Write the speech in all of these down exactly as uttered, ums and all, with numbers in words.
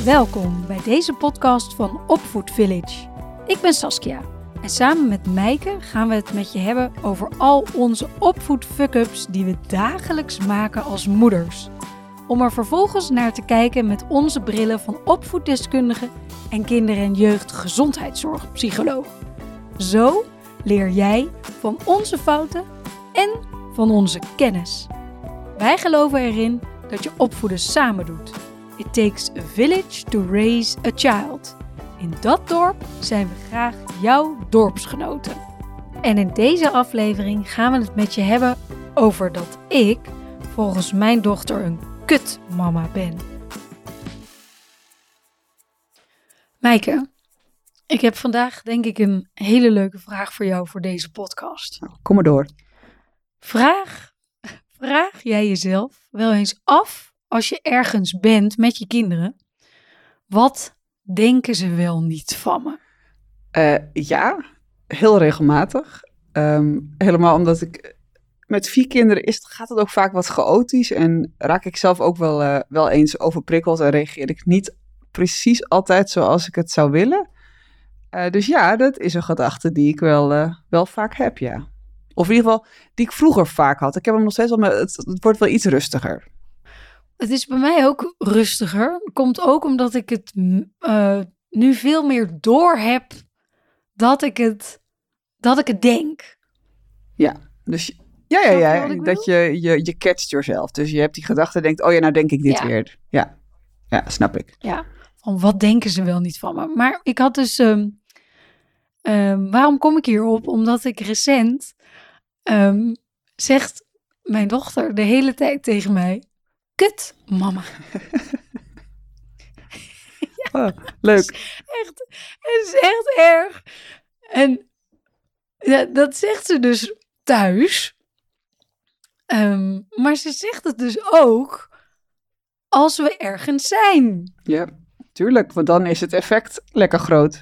Welkom bij deze podcast van Opvoed Village. Ik ben Saskia en samen met Meike gaan we het met je hebben over al onze opvoed-fuck-ups die we dagelijks maken als moeders. Om er vervolgens naar te kijken met onze brillen van opvoeddeskundige en kinder- en jeugdgezondheidszorgpsycholoog. Zo leer jij van onze fouten en van onze kennis. Wij geloven erin dat je opvoeden samen doet. It takes a village to raise a child. In dat dorp zijn we graag jouw dorpsgenoten. En in deze aflevering gaan we het met je hebben over dat ik volgens mijn dochter een kutmama ben. Meike, ik heb vandaag denk ik een hele leuke vraag voor jou voor deze podcast. Nou, kom maar door. Vraag, vraag jij jezelf wel eens af als je ergens bent met je kinderen, wat denken ze wel niet van me? Uh, ja, heel regelmatig. Um, helemaal omdat ik met vier kinderen is, gaat het ook vaak wat chaotisch en raak ik zelf ook wel, uh, wel eens overprikkeld en reageer ik niet precies altijd zoals ik het zou willen. Uh, dus ja, dat is een gedachte die ik wel, uh, wel vaak heb, ja. Of in ieder geval die ik vroeger vaak had. Ik heb hem nog steeds wel, maar het, het wordt wel iets rustiger. Het is bij mij ook rustiger. Komt ook omdat ik het uh, nu veel meer door heb dat ik het, dat ik het denk. Ja, dus ja, ja, ja, ja dat je, je, je catcht yourself. Dus je hebt die gedachte, denkt, oh ja, nou denk ik dit ja. weer. Ja. ja, snap ik. Ja, van wat denken ze wel niet van me. Maar ik had dus, um, um, waarom kom ik hierop? Omdat ik recent, um, zegt mijn dochter de hele tijd tegen mij, kut, mama. ja, oh, leuk. Het is echt, het is echt erg. En ja, dat zegt ze dus thuis. Um, maar ze zegt het dus ook als we ergens zijn. Ja, tuurlijk. Want dan is het effect lekker groot.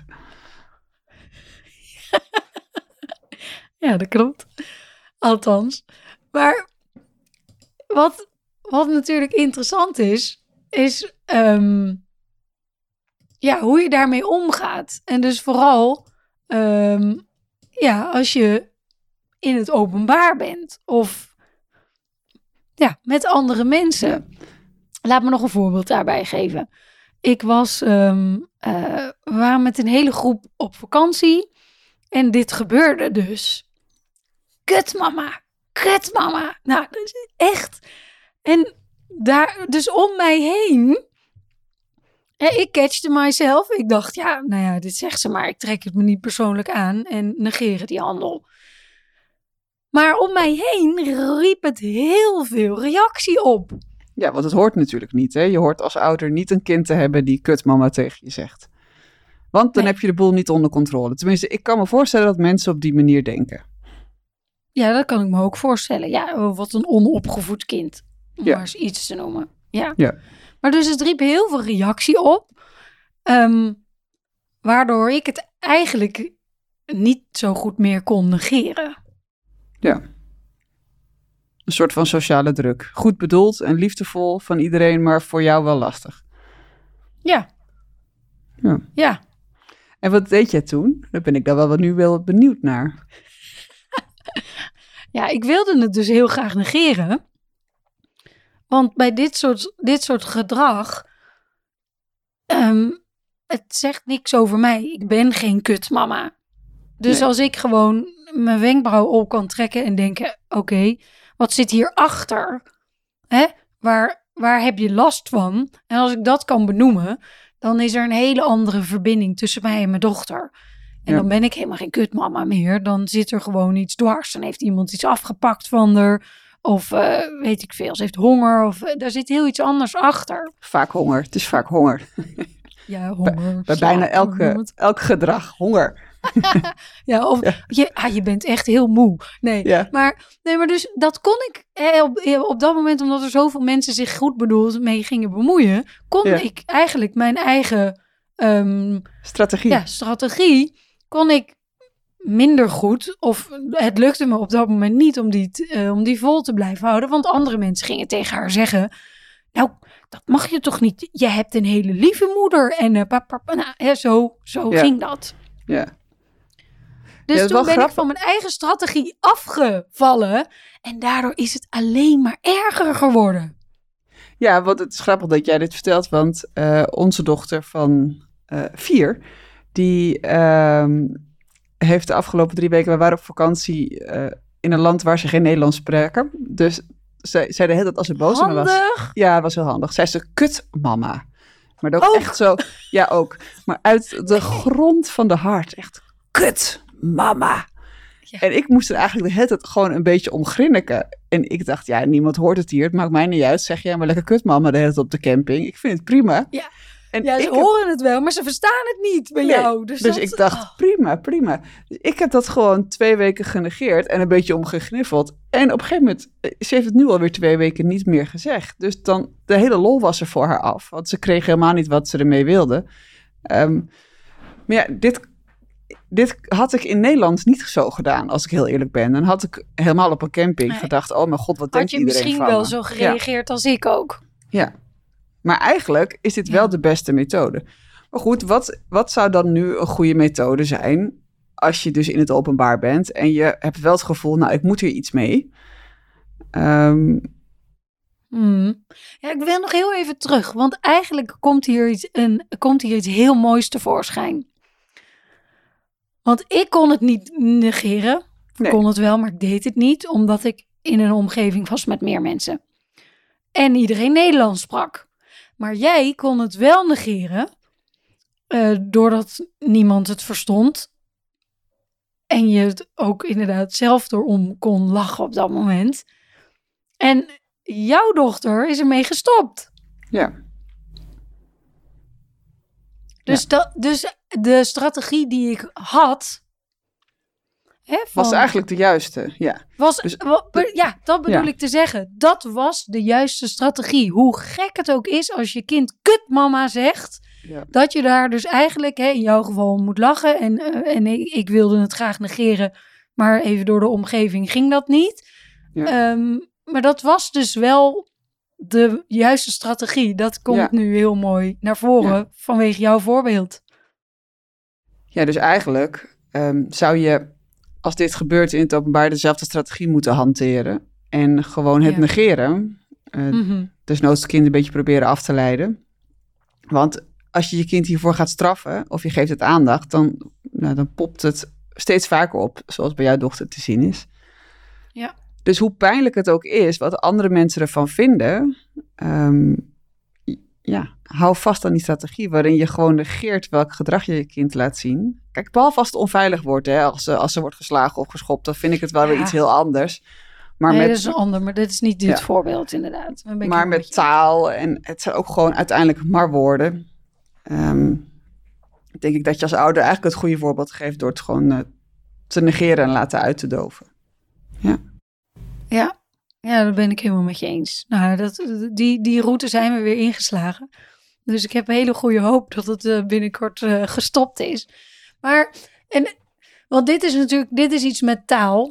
ja, dat klopt. Althans. Maar wat... Wat natuurlijk interessant is, is um, ja, hoe je daarmee omgaat. En dus vooral um, ja, als je in het openbaar bent of ja, met andere mensen. Ja. Laat me nog een voorbeeld daarbij geven. Ik was, um, uh, we waren met een hele groep op vakantie en dit gebeurde dus. Kut mama, kut mama. Nou, dat is echt... En daar, dus om mij heen, hè, ik catchte mijzelf. Ik dacht, ja, nou ja, dit zegt ze maar. Ik trek het me niet persoonlijk aan en negeren die handel. Maar om mij heen riep het heel veel reactie op. Ja, want het hoort natuurlijk niet. Hè? Je hoort als ouder niet een kind te hebben die kutmama tegen je zegt. Want dan nee. heb je de boel niet onder controle. Tenminste, ik kan me voorstellen dat mensen op die manier denken. Ja, dat kan ik me ook voorstellen. Ja, wat een onopgevoed kind. Om ja. maar eens iets te noemen. Ja. ja. Maar dus het riep heel veel reactie op. Um, waardoor ik het eigenlijk niet zo goed meer kon negeren. Ja. Een soort van sociale druk. Goed bedoeld en liefdevol van iedereen, maar voor jou wel lastig. Ja. Ja. Ja. En wat deed jij toen? Daar ben ik dan wel nu wel benieuwd naar. ja, ik wilde het dus heel graag negeren. Want bij dit soort, dit soort gedrag, um, het zegt niks over mij. Ik ben geen kutmama. Dus nee. als ik gewoon mijn wenkbrauw op kan trekken en denken, oké, okay, wat zit hierachter? Hè? Waar, waar heb je last van? En als ik dat kan benoemen, dan is er een hele andere verbinding tussen mij en mijn dochter. En ja. dan ben ik helemaal geen kutmama meer. Dan zit er gewoon iets dwars. Dan heeft iemand iets afgepakt van haar. Of uh, weet ik veel, ze heeft honger. Of uh, daar zit heel iets anders achter. Vaak honger, het is vaak honger. Ja, honger. Bij, bij bijna elke, elk gedrag, honger. ja, of ja. Je, ah, je bent echt heel moe. Nee, ja. maar, nee, maar dus dat kon ik eh, op, op dat moment, omdat er zoveel mensen zich goed bedoeld mee gingen bemoeien, kon ja. ik eigenlijk mijn eigen um, strategie. Ja, strategie kon ik minder goed, of het lukte me op dat moment niet om die, uh, om die vol te blijven houden, want andere mensen gingen tegen haar zeggen, nou, dat mag je toch niet? Je hebt een hele lieve moeder. En uh, pap, pap, nou, hè, zo, zo Ja. ging dat. Ja. Dus Ja, dat is toen wel ben grappig. ik van mijn eigen strategie afgevallen. En daardoor is het alleen maar erger geworden. Ja, want het is grappig dat jij dit vertelt, want uh, onze dochter van uh, vier, die uh, heeft de afgelopen drie weken, we waren op vakantie uh, in een land waar ze geen Nederlands spreken. Dus zij zei de hele tijd als ze boos op me was. Handig. Ja, was heel handig. Zij zei, kut mama. Maar ook, Ook. echt zo, ja ook. Maar uit de grond van de hart, echt kut mama. Ja. En ik moest er eigenlijk de hele tijd gewoon een beetje om grinniken. En ik dacht, ja, niemand hoort het hier. Het maakt mij niet uit. Zeg jij maar lekker kut mama de hele tijd op de camping. Ik vind het prima. Ja, en ja ze ik horen heb... het wel, maar ze verstaan het niet bij Nee, jou. Dus, Dus dat... ik dacht, oh. prima, prima. Dus ik heb dat gewoon twee weken genegeerd en een beetje omgegniffeld. En op een gegeven moment, ze heeft het nu alweer twee weken niet meer gezegd. Dus dan, de hele lol was er voor haar af. Want ze kreeg helemaal niet wat ze ermee wilde. Um, maar ja, dit... Dit had ik in Nederland niet zo gedaan, als ik heel eerlijk ben. Dan had ik helemaal op een camping Nee. gedacht, oh mijn god, wat denkt Had je iedereen misschien van wel me? zo gereageerd ja. als ik ook. Ja, maar eigenlijk is dit Ja. wel de beste methode. Maar goed, wat, wat zou dan nu een goede methode zijn als je dus in het openbaar bent en je hebt wel het gevoel, nou, ik moet hier iets mee. Um, Hmm. Ja, ik wil nog heel even terug, want eigenlijk komt hier iets, een, komt hier iets heel moois tevoorschijn. Want ik kon het niet negeren. Ik Nee. kon het wel, maar ik deed het niet. Omdat ik in een omgeving was met meer mensen. En iedereen Nederlands sprak. Maar jij kon het wel negeren. Uh, doordat niemand het verstond. En je het ook inderdaad zelf erom kon lachen op dat moment. En jouw dochter is ermee gestopt. Ja. Dus, ja. dat, dus de strategie die ik had... Hè, van, was eigenlijk de juiste, ja. Was, dus, wa, ja, dat bedoel ja. ik te zeggen. Dat was de juiste strategie. Hoe gek het ook is als je kind kut mama zegt... Ja. Dat je daar dus eigenlijk hè, in jouw geval moet lachen. En, uh, en ik, ik wilde het graag negeren... maar even door de omgeving ging dat niet. Ja. Um, maar dat was dus wel... de juiste strategie, dat komt ja. nu heel mooi naar voren ja. vanwege jouw voorbeeld. Ja, dus eigenlijk um, zou je, als dit gebeurt in het openbaar, dezelfde strategie moeten hanteren. En gewoon het ja. negeren. Uh, mm-hmm. Dus nooit het kind een beetje proberen af te leiden. Want als je je kind hiervoor gaat straffen, of je geeft het aandacht, dan, nou, dan popt het steeds vaker op, zoals bij jouw dochter te zien is. Ja. Dus hoe pijnlijk het ook is, wat andere mensen ervan vinden, um, ja, hou vast aan die strategie waarin je gewoon negeert welk gedrag je je kind laat zien. Kijk, behalve als het onveilig wordt, hè, als, ze, als ze wordt geslagen of geschopt, dan vind ik het wel ja. weer iets heel anders. Maar nee, met, dat is een ander, maar dit is niet dit ja. voorbeeld inderdaad. Maar met taal, en het zijn ook gewoon uiteindelijk maar woorden. Um, denk ik dat je als ouder eigenlijk het goede voorbeeld geeft door het gewoon uh, te negeren en laten uit te doven. Ja. Ja, ja, dat ben ik helemaal met je eens. Nou, dat, die, die route zijn we weer ingeslagen. Dus ik heb een hele goede hoop dat het uh, binnenkort uh, gestopt is. Maar, en, want dit is natuurlijk, dit is iets met taal.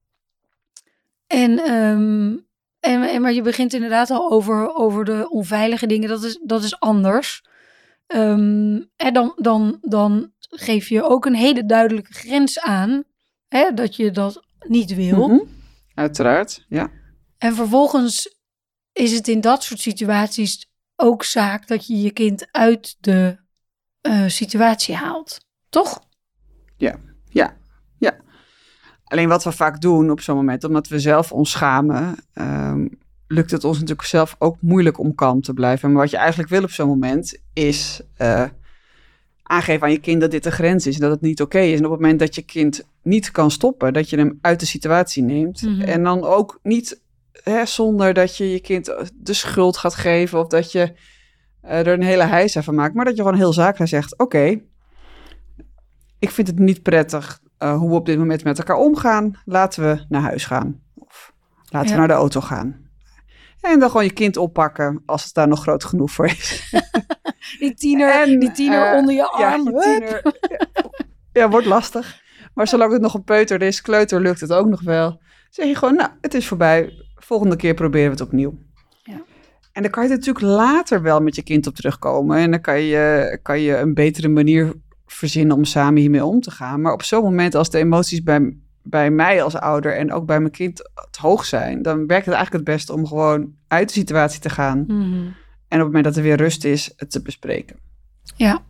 En, um, en, en maar je begint inderdaad al over, over de onveilige dingen. Dat is, dat is anders. Um, en dan, dan, dan geef je ook een hele duidelijke grens aan. Hè, dat je dat niet wil. Mm-hmm. Uiteraard, ja. En vervolgens is het in dat soort situaties ook zaak dat je je kind uit de uh, situatie haalt. Toch? Ja, ja, ja. Alleen wat we vaak doen op zo'n moment, omdat we zelf ons schamen, um, lukt het ons natuurlijk zelf ook moeilijk om kalm te blijven. Maar wat je eigenlijk wil op zo'n moment is uh, aangeven aan je kind dat dit de grens is en dat het niet oké is. En op het moment dat je kind niet kan stoppen, dat je hem uit de situatie neemt. Mm-hmm. En dan ook niet hè, zonder dat je je kind de schuld gaat geven of dat je uh, er een hele heisa van maakt. Maar dat je gewoon heel zakelijk zegt, oké, okay, ik vind het niet prettig uh, hoe we op dit moment met elkaar omgaan. Laten we naar huis gaan. Of laten ja. we naar de auto gaan. En dan gewoon je kind oppakken als het daar nog groot genoeg voor is. Die tiener, en, die tiener uh, onder je arm. Ja, tiener, ja, ja, wordt lastig. Maar zolang het nog een peuter is, kleuter, lukt het ook nog wel. Zeg je gewoon, nou, het is voorbij. Volgende keer proberen we het opnieuw. Ja. En dan kan je er natuurlijk later wel met je kind op terugkomen. En dan kan je, kan je een betere manier verzinnen om samen hiermee om te gaan. Maar op zo'n moment als de emoties bij, bij mij als ouder en ook bij mijn kind te hoog zijn, dan werkt het eigenlijk het beste om gewoon uit de situatie te gaan. Mm-hmm. En op het moment dat er weer rust is, het te bespreken. Ja.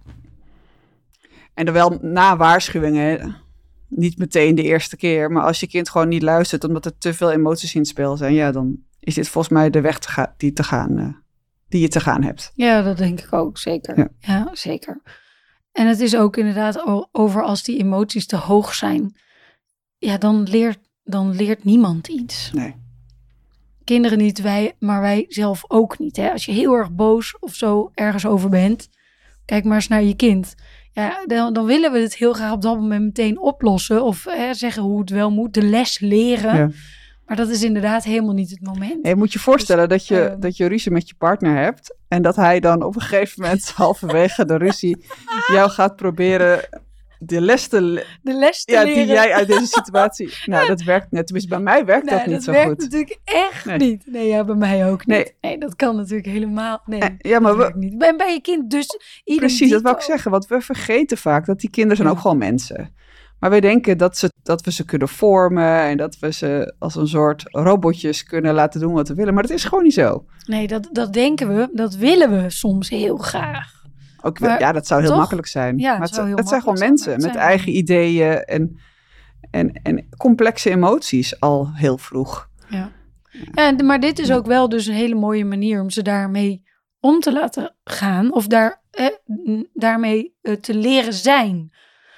En dan wel na waarschuwingen, niet meteen de eerste keer. Maar als je kind gewoon niet luistert omdat er te veel emoties in het spel zijn, ja, dan is dit volgens mij de weg te ga- die, te gaan, uh, die je te gaan hebt. Ja, dat denk ik ook, zeker. Ja. ja, zeker. En het is ook inderdaad over als die emoties te hoog zijn. Ja, dan leert, dan leert niemand iets. Nee. Kinderen niet, wij, maar wij zelf ook niet. Hè? Als je heel erg boos of zo ergens over bent, kijk maar eens naar je kind. Ja, dan, dan willen we het heel graag op dat moment meteen oplossen. Of hè, zeggen hoe het wel moet, de les leren. Ja. Maar dat is inderdaad helemaal niet het moment. Je moet je voorstellen dus, dat, je, uh, dat je ruzie met je partner hebt. En dat hij dan op een gegeven moment halverwege de ruzie jou gaat proberen de les te, le- de les te ja, leren. Die jij uit deze situatie... Nou, dat werkt net. Tenminste, bij mij werkt nee, dat niet dat zo werkt goed. natuurlijk echt nee. niet. Nee, ja, bij mij ook niet. Nee, nee dat kan natuurlijk helemaal... Nee, eh, ja, maar dat werkt niet. Bij, bij je kind dus... Precies, dat wou ik zeggen. Want we vergeten vaak dat die kinderen zijn ja. ook gewoon mensen. Maar wij denken dat, ze, dat we ze kunnen vormen en dat we ze als een soort robotjes kunnen laten doen wat we willen. Maar dat is gewoon niet zo. Nee, dat, dat denken we. Dat willen we soms heel graag. Ook, maar, ja, dat zou heel toch? makkelijk zijn. Ja, maar het, het zijn gewoon mensen met eigen ideeën en, en, en complexe emoties al heel vroeg. Ja. Ja, maar dit is ja. ook wel dus een hele mooie manier om ze daarmee om te laten gaan. Of daar, eh, daarmee eh, te leren zijn.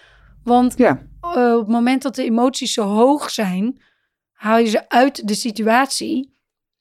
Want ja. uh, op het moment dat de emoties zo hoog zijn, haal je ze uit de situatie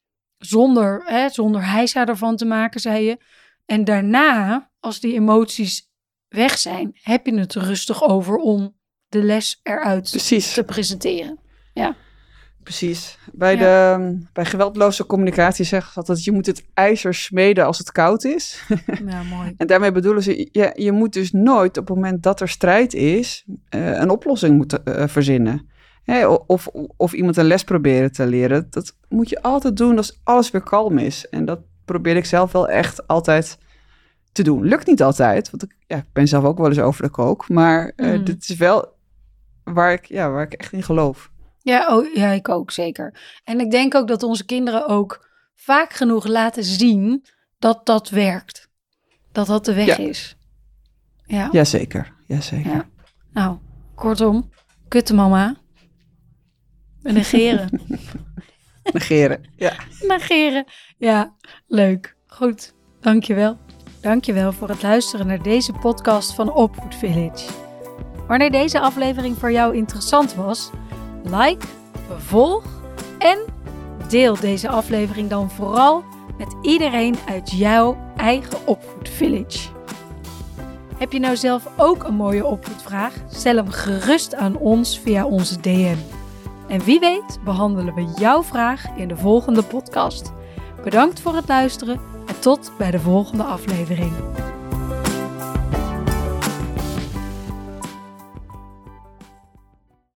zonder, hè, zonder hijsa ervan te maken, zei je. En daarna, als die emoties weg zijn, heb je het rustig over om de les eruit Precies. te presenteren. Ja. Precies. Bij, ja. de, bij geweldloze communicatie zeggen ze altijd, je moet het ijzer smeden als het koud is. Ja, mooi. En daarmee bedoelen ze, ja, je moet dus nooit op het moment dat er strijd is, uh, een oplossing moeten uh, verzinnen. Hè, of, of iemand een les proberen te leren. Dat moet je altijd doen als alles weer kalm is. En dat probeer ik zelf wel echt altijd te doen. Lukt niet altijd, want ik, ja, ik ben zelf ook wel eens over de kook. Maar uh, mm. dit is wel waar ik, ja, waar ik echt in geloof. Ja, oh, ja, ik ook zeker. En ik denk ook dat onze kinderen ook vaak genoeg laten zien dat dat werkt. Dat dat de weg ja. is. Ja. Jazeker, jazeker. Ja. Nou, kortom, kutte mama. Negeren. Negeren, ja. Negeren, ja, leuk. Goed, dankjewel. Dankjewel voor het luisteren naar deze podcast van Opvoed Village. Wanneer deze aflevering voor jou interessant was, like, volg en deel deze aflevering dan vooral met iedereen uit jouw eigen Opvoed Village. Heb je nou zelf ook een mooie opvoedvraag? Stel hem gerust aan ons via onze D M. En wie weet behandelen we jouw vraag in de volgende podcast. Bedankt voor het luisteren en tot bij de volgende aflevering.